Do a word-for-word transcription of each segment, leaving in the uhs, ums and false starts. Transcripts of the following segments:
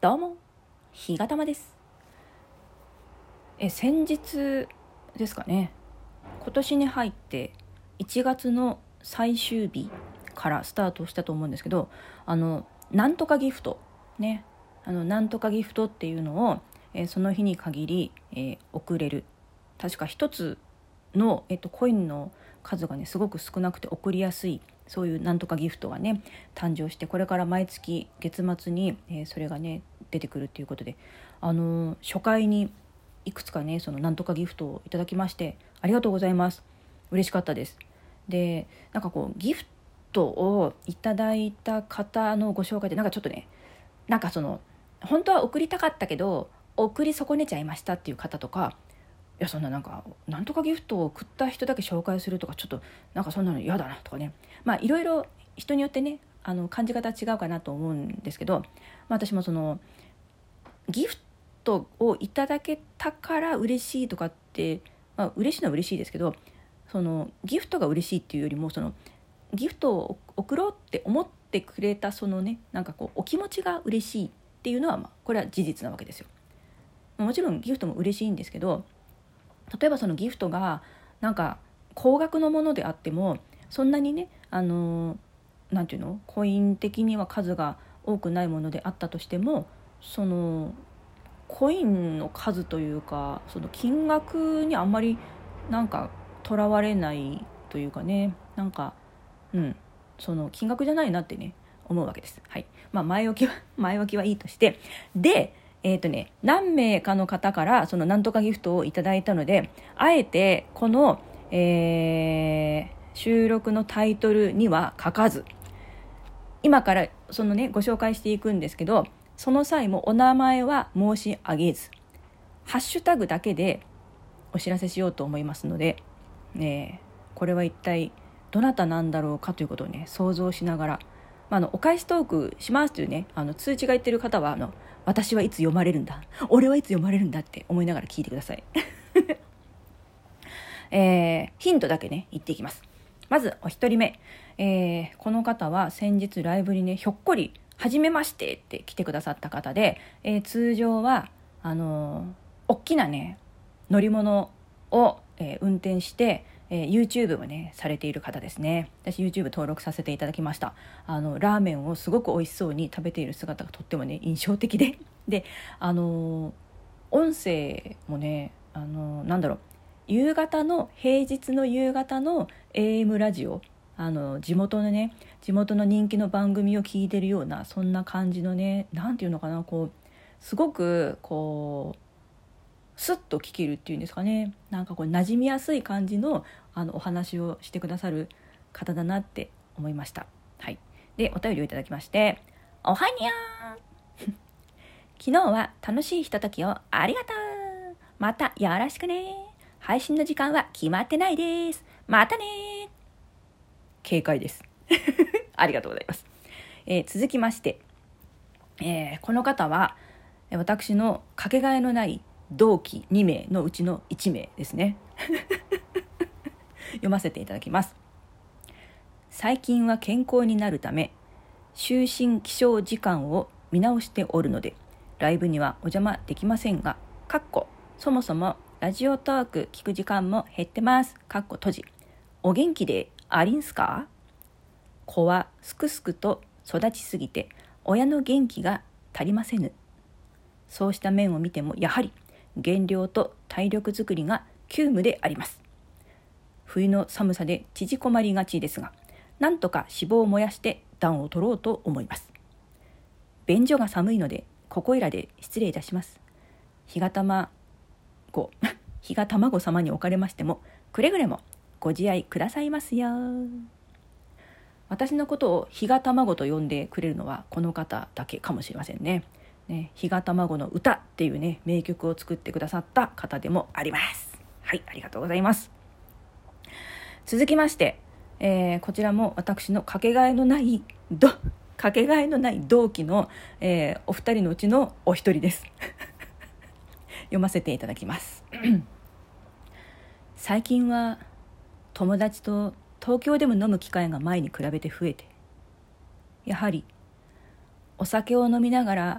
どうも、ひがたまです。え先日ですかね、今年に入っていちがつの最終日からスタートしたと思うんですけど、あのなんとかギフトね、あのなんとかギフトっていうのを、えーその日に限り、えー送れる。確か一つの、えっと、コインの数がねすごく少なくて送りやすい、そういうなんとかギフトがね誕生して、これから毎月月末に、えーそれがね出てくるっていうことで、あのー初回にいくつかねそのなんとかギフトをいただきまして、ありがとうございます。嬉しかったです。で、なんかこうギフトをいただいた方のご紹介で、なんかちょっとね、なんかその本当は送りたかったけど送り損ねちゃいましたっていう方とか、いやそんななんかなんとかギフトを送った人だけ紹介するとか、ちょっとなんかそんなの嫌だなとかね、まあいろいろ人によってねあの感じ方違うかなと思うんですけど、まあ、私もそのギフトをいただけたから嬉しいとかって、まあ嬉しいのは嬉しいですけど、そのギフトが嬉しいっていうよりも、そのギフトを送ろうって思ってくれたそのね、なんかこうお気持ちが嬉しいっていうのは、まあこれは事実なわけですよ。もちろんギフトも嬉しいんですけど、例えばそのギフトがなんか高額のものであっても、そんなにねあのなんていうの、コイン的には数が多くないものであったとしても、そのコインの数というか、その金額にあんまりなんかとらわれないというかね、なんかうんその金額じゃないなってね思うわけです。はい。まあ前置きは前置きはいいとして、でえーとね、何名かの方からそのなんとかギフトをいただいたので、あえてこの、えー収録のタイトルには書かず、今からそのねご紹介していくんですけど、その際もお名前は申し上げず、ハッシュタグだけでお知らせしようと思いますので、ね、これは一体どなたなんだろうかということをね想像しながら、まあ、あのお返しトークしますというねあの通知が言ってる方は、あの私はいつ読まれるんだ、俺はいつ読まれるんだって思いながら聞いてください、えー、ヒントだけね言っていきます。まずお一人目、えー、この方は先日ライブにねひょっこり初めましてって来てくださった方で、えー、通常はあのー、大きなね乗り物を、えー、運転して、えー、YouTube をねされている方ですね。私 YouTube 登録させていただきました。あのラーメンをすごく美味しそうに食べている姿がとってもね印象的で、であのー、音声もねあのー、なんだろう、夕方の平日の夕方の エーエム ラジオ、あの地元のね地元の人気の番組を聞いてるような、そんな感じのね、なんていうのかな、こうすごくこうスッと聞けるっていうんですかね、なんかこう馴染みやすい感じの、あのお話をしてくださる方だなって思いました。はい。でお便りをいただきまして、おはにゃーん昨日は楽しいひとときをありがとう、またよろしくね、配信の時間は決まってないです、またね、警戒ですありがとうございます。えー、続きまして、えー、この方は私のかけがえのない同期に名のうちのいち名ですね読ませていただきます。最近は健康になるため就寝起床時間を見直しておるのでライブにはお邪魔できませんが、かっこそもそもラジオトーク聞く時間も減ってます、かっこ閉じ、お元気でありんすか。子はすくすくと育ちすぎて親の元気が足りませぬ。そうした面を見てもやはり減量と体力づくりが急務であります。冬の寒さで縮こまりがちですが、なんとか脂肪を燃やして暖を取ろうと思います。便所が寒いのでここいらで失礼いたします。日がたまご日が卵様におかれましてもくれぐれもご自愛くださいますよ。私のことを日が卵と呼んでくれるのはこの方だけかもしれませんね。ね、日が卵の歌っていうね名曲を作ってくださった方でもあります。はい、ありがとうございます。続きまして、えー、こちらも私のかけがえのないどかけがえのない同期の、えー、お二人のうちのお一人です読ませていただきます最近は友達と東京でも飲む機会が前に比べて増えて、やはりお酒を飲みながら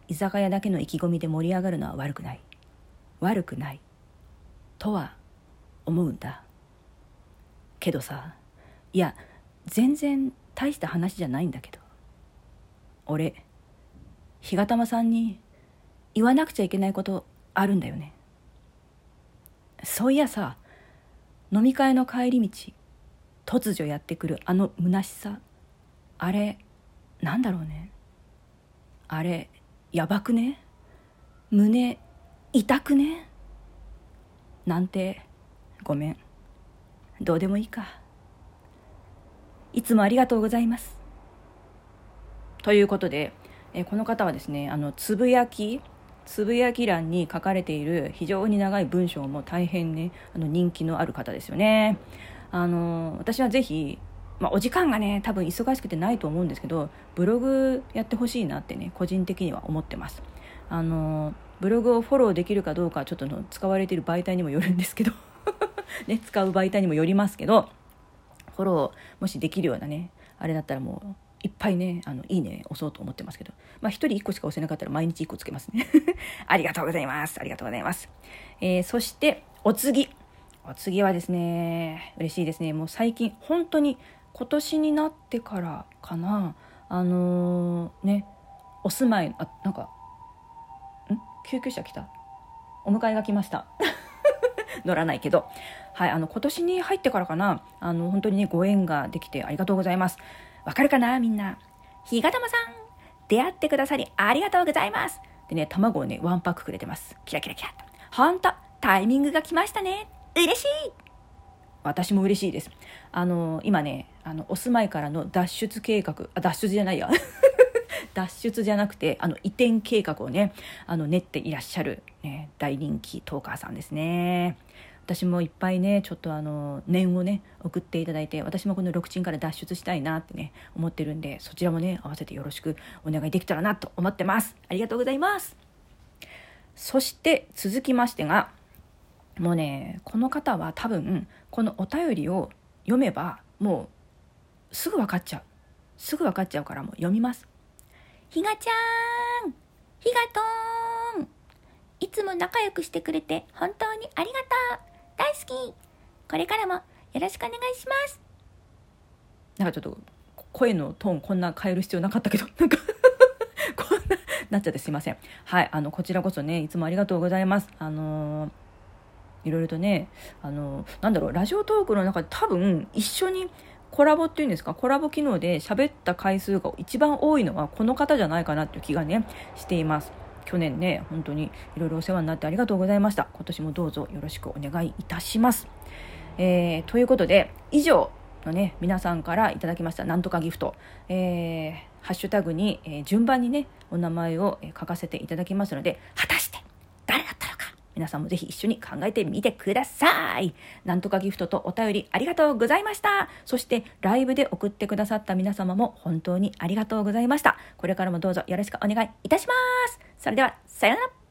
居酒屋だけの意気込みで盛り上がるのは悪くない悪くないとは思うんだけどさ、いや全然大した話じゃないんだけど、俺比嘉玉さんに言わなくちゃいけないことあるんだよね。そういやさ、飲み会の帰り道突如やってくるあの虚しさ、あれなんだろうね。あれやばくね、胸痛くねなんて、ごめん、どうでもいいか。いつもありがとうございます。ということで、えこの方はですね、あのつぶやきつぶやき欄に書かれている非常に長い文章も大変ね、あの人気のある方ですよね。あの私はぜひ、まあ、お時間がね多分忙しくてないと思うんですけど、ブログやってほしいなってね個人的には思ってます。あのブログをフォローできるかどうかはちょっとの使われている媒体にもよるんですけどね、使う媒体にもよりますけど、フォローもしできるようなねあれだったらもういっぱいね、あのいいね押そうと思ってますけど、まあ一人一個しか押せなかったら毎日一個つけますねありがとうございます、ありがとうございます。えー、そしてお次お次はですね、嬉しいですね。もう最近本当に今年になってからかな、あのー、ねお住まい、あなんかん救急車来た、お迎えが来ました乗らないけど、はい、あの今年に入ってからかな、あの本当にねご縁ができてありがとうございます。わかるかなみんな。比嘉玉さん出会ってくださりありがとうございますでね、卵をねワンパックくれてます。キラキラキラと、ほんとタイミングが来ましたね、嬉しい。私も嬉しいです。あの今ね、あのお住まいからの脱出計画、あ脱出じゃないや脱出じゃなくてあの移転計画をねあの練っていらっしゃる、ね、大人気トーカーさんですね。私もいっぱいねちょっとあの念をね送っていただいて、私もこのろくちんから脱出したいなってね思ってるんで、そちらもね合わせてよろしくお願いできたらなと思ってます。ありがとうございます。そして続きましてが、もうねこの方は多分このお便りを読めばもうすぐ分かっちゃうすぐ分かっちゃうからもう読みます。ひがちゃん、ひがとーん、いつも仲良くしてくれて本当にありがとう、大好き、これからもよろしくお願いします。なんかちょっと声のトーンこんな変える必要なかったけどなんかこんななっちゃってすいません。はい、あのこちらこそねいつもありがとうございます。あのー、いろいろとね、あのー、なんだろう、ラジオトークの中で多分一緒にコラボっていうんですか、コラボ機能で喋った回数が一番多いのはこの方じゃないかなっていう気がねしています。去年ね本当にいろいろお世話になってありがとうございました。今年もどうぞよろしくお願いいたします。えー、ということで以上のね皆さんからいただきましたなんとかギフト、えー、ハッシュタグに、えー、順番にねお名前を書かせていただきますので、果たして誰だったのか皆さんもぜひ一緒に考えてみてください。なんとかギフトとお便りありがとうございました。そしてライブで送ってくださった皆様も本当にありがとうございました。これからもどうぞよろしくお願いいたします。それではさようなら。